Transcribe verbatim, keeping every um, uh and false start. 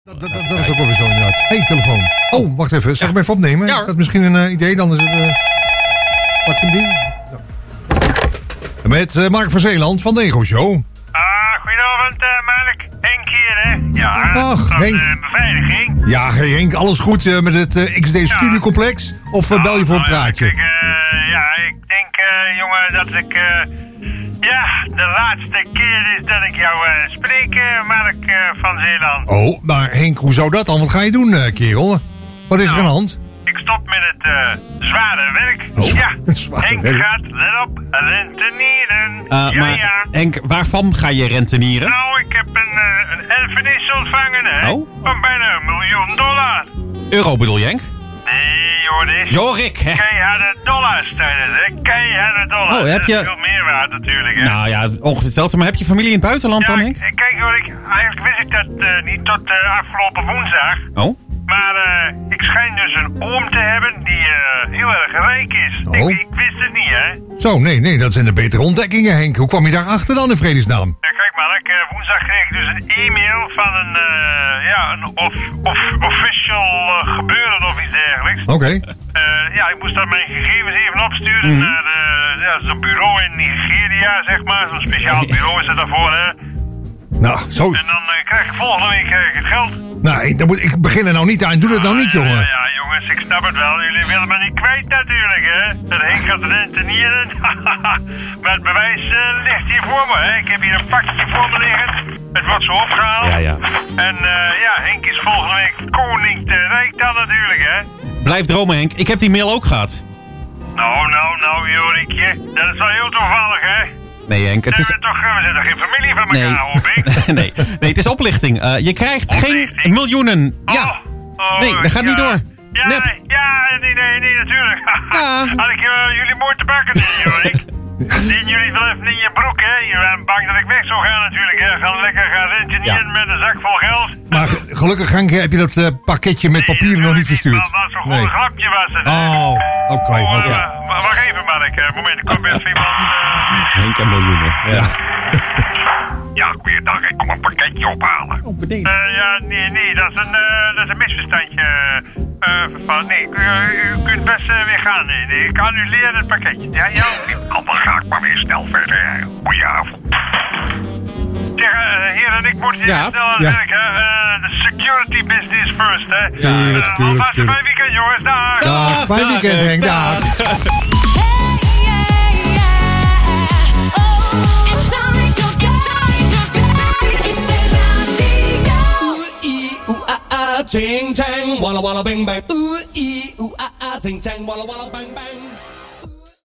Dat, dat, dat is ook wel weer zo inderdaad. Hé, hey, telefoon. Oh, wacht even. Zal ik Ja. hem even opnemen? Ja. Is dat misschien een uh, idee? Dan is het... Uh... Pak je hem die? Ja. Met uh, Mark van Zeeland van de Ego Show. Ah, goedenavond, uh, Mark. Henk hier, hè? Ja, Ach, van Henk. de beveiliging. Ja, hey Henk, alles goed uh, met het uh, X D Studiocomplex? Of uh, bel je voor een Nou, ja, praatje? kijk, uh, ja, ik denk, uh, jongen, dat ik... Uh, ja, de laatste keer is dat ik jou uh, spreek, uh, Mark uh, van Zeeland. Oh, maar Henk, hoe zou dat dan? Wat ga je doen, uh, kerel? Wat is er aan de hand? Ik stop met het uh, zware werk. Oh, ja, het zware Henk werk. gaat, let op, rentenieren. Uh, ja, maar ja. Henk, waarvan ga je rentenieren? Nou, ik heb een, uh, een erfenis ontvangen, hè? Oh? Van bijna een miljoen dollar. Euro bedoel je, Henk? Nee, Joris. Jorik, hè? Keiharde dollars tijdens, hè? Keiharde dollars. Oh, heb je- Dat is veel meer waard natuurlijk, hè? Nou ja, ongeveer hetzelfde. Maar heb je familie in het buitenland ja, dan, Henk? k- kijk Jorik, eigenlijk wist ik dat uh, niet tot uh, afgelopen woensdag. Oh? Maar uh, ik schijn dus een oom te hebben die uh, heel erg rijk is. Oh. Ik, ik wist het niet, hè? Zo, nee, nee, dat zijn de betere ontdekkingen, Henk. Hoe kwam je daarachter dan in vredesnaam? Ja, kijk maar, ik, uh, woensdag kreeg ik dus een e-mail van een, uh, ja, een of, of, official uh, gebeuren of iets dergelijks. Oké. Uh, ja, ik moest dan mijn gegevens even opsturen naar uh, ja, zo'n bureau in Nigeria, zeg maar. Zo'n speciaal bureau is er daarvoor, hè. Nou, zo. En dan uh, krijg ik volgende week uh, het geld. Nou, Henk, dan moet, ik begin er nou niet aan. Doe dat nou niet, Ja, jongen. Ja, ja, jongens, ik snap het wel. Jullie willen me niet kwijt natuurlijk, hè. Dat Henk gaat rentenieren. Maar het bewijs uh, ligt hier voor me, hè. Ik heb hier een pakje voor me liggen. Het wordt zo opgehaald. Ja, ja. En uh, ja, Henk is volgende week koning te rijk dan natuurlijk, hè. Blijf dromen, Henk. Ik heb die mail ook gehad. Nou, nou, nou, Jorikje. Dat is wel heel toevallig, hè. Nee, Henk, het We is... zijn toch, we zijn toch geen familie van Nee. elkaar, hoop ik? nee, nee, het is oplichting. Uh, je krijgt geen Oplichting? miljoenen. Ja. Oh, oh, Nee, dat gaat niet ja. door. Ja, Nep. ja, nee, nee, nee, natuurlijk. Ja. Had ik uh, jullie mooi te pakken, niet, Jorik. Zien jullie wel even in je broek, hè? Je bent bang dat ik weg zou gaan, natuurlijk, hè? Gaan lekker gaan rentenieren Ja. met een zak vol geld. Maar g- gelukkig, Henk, heb je dat uh, pakketje met papieren nog niet verstuurd. Dat was een goed grapje, was het. hè? Oh, oké, Oh, oké. uh, maar wacht even, Mark. Uh, moment, ik kom even iemand... Uh... Henk en miljoenen. Ja. Ja, goeiedag. Ik kom een pakketje ophalen. Oh, bedankt. Uh, ja, nee, nee, dat is een, uh, dat is een misverstandje. Uh, van, nee, uh, u kunt best uh, weer gaan. Nee, nee, ik annuleer het pakketje. Ja, ja. Anders ga ik maar weer snel verder. Goedenavond. Zeg, uh, heren, ik moet hier Ja, snel aan ja. werken. Uh, de security business first, hè. Tuurlijk, Uh, tuurlijk, alvast tuurlijk. fijn weekend, jongens. Dag. Dag, fijn weekend, Henk. Dag. Ting tang, walla walla bang bang. Ooh ee ooh ah ah, ting tang, walla walla bang bang.